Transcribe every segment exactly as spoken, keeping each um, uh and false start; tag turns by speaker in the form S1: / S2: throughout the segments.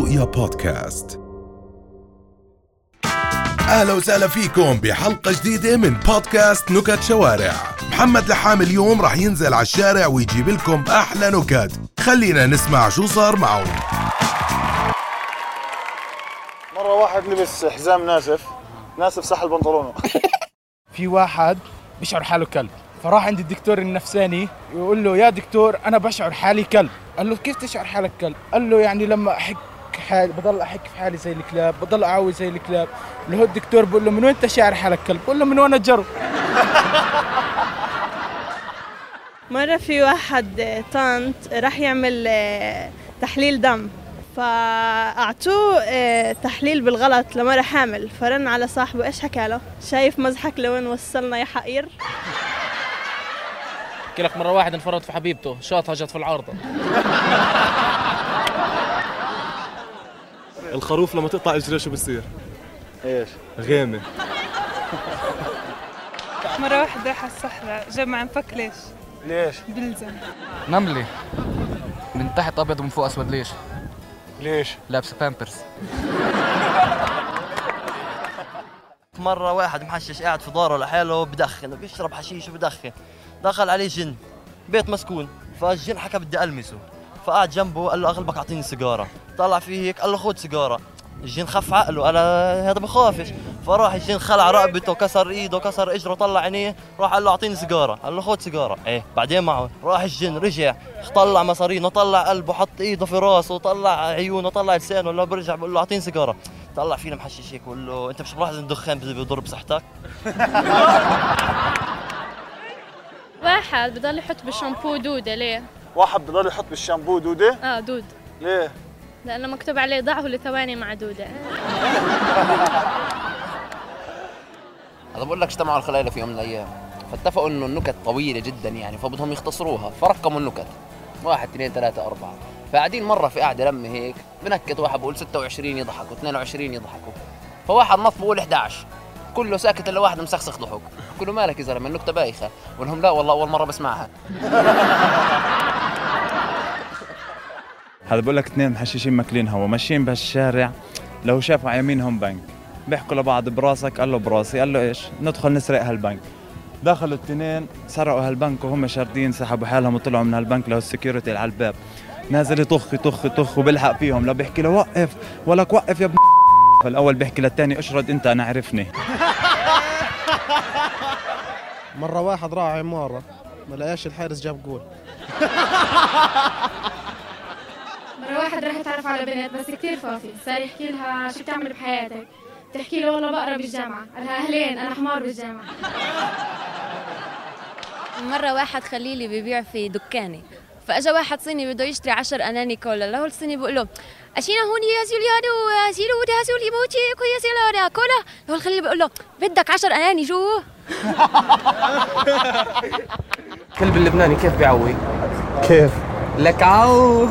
S1: رؤيا بودكاست. أهلا وسهلا فيكم بحلقة جديدة من بودكاست نكت شوارع. محمد لحام اليوم رح ينزل على الشارع ويجيب لكم أحلى نكت. خلينا نسمع شو صار معه.
S2: مرة واحد لبس حزام ناسف ناسف سحل بنطلونه.
S3: في واحد بشعر حاله كلب، فراح عند الدكتور النفساني يقول له يا دكتور أنا بشعر حالي كلب. قال له كيف تشعر حالك كلب؟ قال له يعني لما أحك حالي بضل أحك في حالي زي الكلاب، بضل أعوي زي الكلاب. اللي هو الدكتور بقول له من وين تشعر حالك كلب؟ بقول له من وين الجرو.
S4: مرة في واحد طنط راح يعمل تحليل دم، فأعطوه تحليل بالغلط لمرة حامل، فرن على صاحبه إيش حكى له؟ شايف مزحك لوين وصلنا يا حقير؟
S5: احكي لك مرة واحد انفرد في حبيبته شاطها جت في العارضة.
S6: الخروف لما تقطع اجريه شو بصير؟
S2: ايش؟
S6: غامة.
S7: مرة واحد راح على الصحراء جمع انفك ليش؟
S2: ليش؟
S7: بلزم.
S5: نملة من تحت أبيض ومن فوق أسود. ليش؟
S2: ليش؟
S5: لابسة بامبرز.
S8: مرة واحد محشش قاعد في داره لحاله بدخن وبيشرب حشيش وبدخن، دخل عليه جن، بيت مسكون، فالجن حكى بدي ألمسه، فقعد جنبه قال له أغلبك أعطيني سيجارة، طلع فيه هيك قال له خذ سيجارة، الجن خف عقله قال هذا بخافش، فراح الجن خلع رقبته كسر ايده كسر اجره طلع عينيه، راح قال له أعطيني سيجارة، قال له خذ سيجارة، ايه بعدين معه راح الجن رجع طلع مصارينه طلع قلبه حط ايده في راسه طلع عيونه طلع لسانه، لو برجع بقول له أعطيني سيجارة، طلع فينا محشش هيك بقول له انت مش ملاحظ ان الدخان بيضر بصحتك؟
S9: واحد بضل يحط بالشامبو دودة. ليه؟
S2: واحد بضل يحط بالشامبو دودة؟
S9: اه دود.
S2: ليه؟
S9: لأنه مكتوب عليه ضعه لثواني معدودة.
S10: أنا بقول لك اجتمعوا الخلايا في يوم من الأيام فاتفقوا إنه النكت طويلة جدا يعني فبدهم يختصروها فرقموا النكت واحد اثنين ثلاثة أربعة. فقاعدين مرة في قاعدة لمة هيك بنكت واحد بقول ستة وعشرين يضحكوا اثنين وعشرين يضحكوا، فواحد نط بقول إحدى عشر كله ساكت إلا واحد مسخسخ ضحك. كله مالك يا زلمة النكتة بايخة؟ ولهم لا والله أول مرة بسمعها.
S11: هذا بقول لك اثنين محششين ماكلين هوا ماشيين بهالشارع، لو شافوا على يمينهم بنك بيحكوا لبعض براسك، قال له براسي، قال له ايش ندخل نسرق هالبنك. دخلوا الاثنين سرقوا هالبنك وهم شاردين سحبوا حالهم وطلعوا من هالبنك له السكيورتي على الباب نازل يطخ يطخ يطخ وبيلحق فيهم، لو بيحكي له وقف ولك وقف يا ابن. فالاول بيحكي للثاني اشرد انت انا عرفني.
S12: مرة واحد راح عمارة ما لقاش الحارس جاب جول.
S9: مرة واحد راح يتعرف على بنت بس كتير فافي، صار يحكي لها شو بتعمل بحياتك؟ تحكي له والله بقرا بالجامعة، قال لها أهلين أنا حمار بالجامعة.
S13: مرة واحد خليلي بيبيع في دكاني، فأجا واحد صيني بده يشتري عشر أناني كولا، له الصيني بقول له أشينا هوني يا سيوليانو سيلو ده سيولي موتشي كويا سيلو كولا، له الخليلي بقول له بدك عشر أناني شو؟
S5: كلب اللبناني كيف بيعوي؟
S12: كيف؟
S5: لك عو.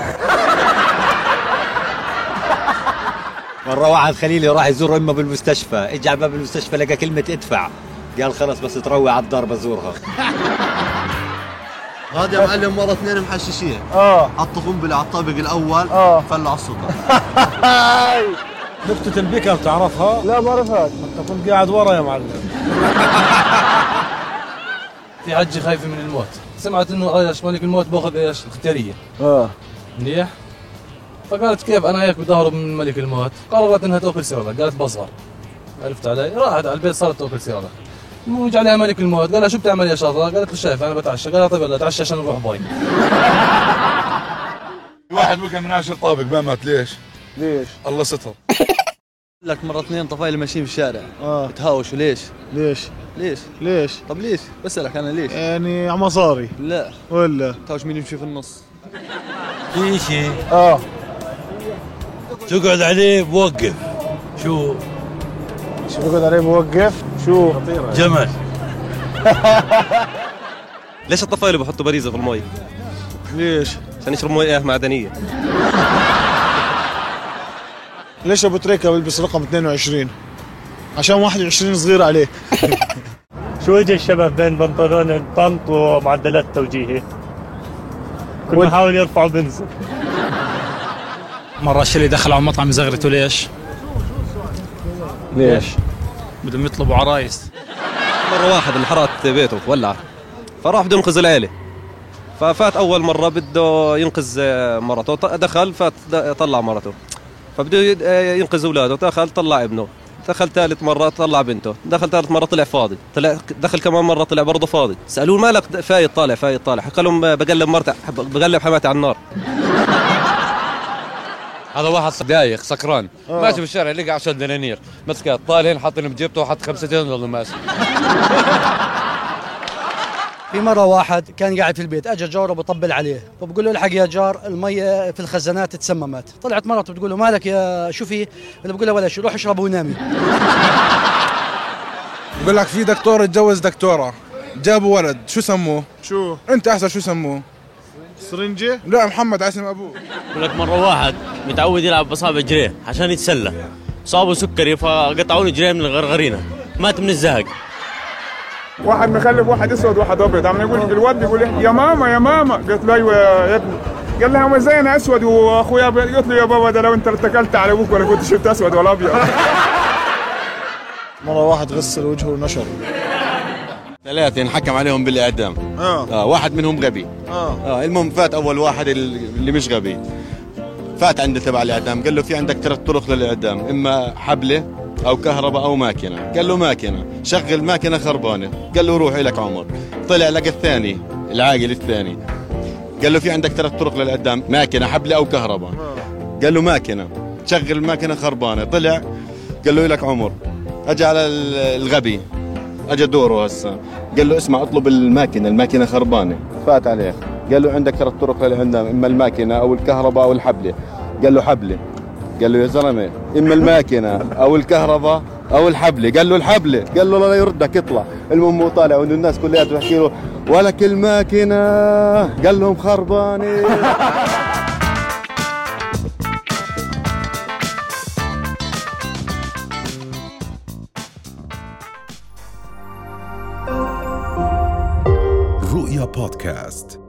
S14: مرة واحد خليلي راح يزور امه بالمستشفى، اجى على باب المستشفى لقى كلمة ادفع، قال خلص بس تروي على الدار بزورها.
S15: هذا يا معلم مرة اثنين محششين
S2: اه
S15: حطوا قنبلة على الطابق الأول
S2: اه
S15: فلوا على السطح.
S12: نكتة البيكا بتعرفها؟
S2: لا ما عرفها.
S12: انت كنت قاعد ورا يا معلم. في حجة خايفة من الموت، سمعت انه ايش ملك الموت باخذ ايش اختيارية.
S2: اه
S12: منيح؟ فقالت كيف انا هيك بدي اهرب من ملك الموت، قررت انها تاكل سيرالك، قالت بصغر. عرفت علي؟ راحت على البيت صارت تاكل سيرالك. موج عليها ملك الموت، قال لها شو بتعمل يا شاطرة؟ قالت له شايف انا بتعشى، قال لها طيب يلا اتعشى عشان نروح باي.
S16: واحد وقع من عشر طابق ما مات. ليش؟
S2: ليش؟
S16: الله ستر.
S15: لك مرة اثنين طفايل ماشيين في الشارع
S2: اه
S15: تهاوشوا. ليش؟
S2: ليش؟
S15: ليش؟
S2: ليش؟
S15: طب ليش؟ بسألك أنا ليش؟
S2: يعني مصاري.
S15: لا
S2: ولا
S15: تهاوش مين يمشي في النص؟
S17: في شيء
S2: اه
S17: تقعد عليه بوقف. شو؟
S2: شو بقعد عليه بوقف؟ شو؟
S17: جمل.
S6: ليش الطفايل بحطوا باريزة في المي؟
S2: ليش؟
S6: عشان يشربوا مياه معدنية.
S2: ليش ابو تريكة بيلبس رقم اثنين وعشرين؟ عشان واحد وعشرين صغير عليه.
S18: شو وجه الشبه بين بنطلون الطنط ومعدلات توجيهي؟ كل ما حاول يرفعوا بنزل.
S19: مرة شلي دخل على مطعم زغرته ليش؟
S6: ليش؟
S19: بدهم يطلبوا عرايس.
S6: مرة واحد انحرقت بيته ولع، فراح بده ينقذ العيلة، ففات أول مرة بده ينقذ مرته، دخل فات طلع مرته، فبده ينقذ أولاده، دخل طلع ابنه، دخل ثالث مرة طلع بنته، دخل ثالث مرة طلع فاضي، طلع دخل كمان مرة طلع برضه فاضي، سألوه مالك فايت طالع فايت طالع، حكى لهم بقلب مرتي بقلب حماتي على النار.
S20: هذا واحد دايخ سكران آه. ماشي بالشارع لقى عشرة دنانير مسكات طالعين حاطين بجيبته وحط خمستين ضل ماشي.
S21: في مرة واحد كان قاعد في البيت اجى جاره بطبل عليه فبقول له الحق يا جار المية في الخزانات تسممت. طلعت مرته بتقول له مالك يا شو في؟ اللي بقول له ولا شيء روح اشرب ونامي.
S3: بقول لك في دكتور اتجوز دكتورة جابوا ولد شو سموه؟ شو؟ انت احسن شو سموه؟ سرنجة؟ لا محمد عاصم ابوه.
S22: بقول لك مرة واحد متعود يلعب بصابع رجليه عشان يتسلى صابه سكري فقطعوا له رجليه من الغرغرينة مات من الزهق.
S23: واحد مخلف واحد اسود واحد ابيض عم يقول الواد يقول يا ماما يا ماما قلت له ايوه يا ابني قال لها ازاي انا اسود واخويا ابيض قلت له يا بابا ده لو انت اتكلت على ابوك ولا كنت شفت اسود ولا ابيض.
S2: مرة واحد غسل وجهه ونشر.
S24: ثلاثة انحكم عليهم بالإعدام. آه. آه واحد منهم غبي. آه. آه المهم فات أول واحد اللي مش غبي. فات عنده تبع الإعدام قال له في عندك ثلاث طرق للإعدام إما حبلة أو كهرباء أو ماكينة. قال له ماكينة شغل ماكينة خربانة. قال له روح إلك عمر. طلع لقى الثاني العاقل الثاني قال له في عندك ثلاث طرق للإعدام ماكينة حبلة أو كهرباء. آه. قال له ماكينة شغل ماكينة خربانة. طلع قال له إلك عمر. أجى على الغبي اجى دوره هسه قال له اسمع اطلب الماكينه الماكينه خربانه. فات عليه قال له عندك ثلاث طرق للإعدام اما الماكينه او الكهرباء او الحبله. قال له حبله. قال له يا زلمه اما الماكينه او الكهرباء او الحبله. قال له الحبله. قال له لا يردك اطلع. المهم هو طالع وانه الناس كلها تحكي له ولك الماكينه قال لهم خربانه.
S1: رؤيا بودكاست.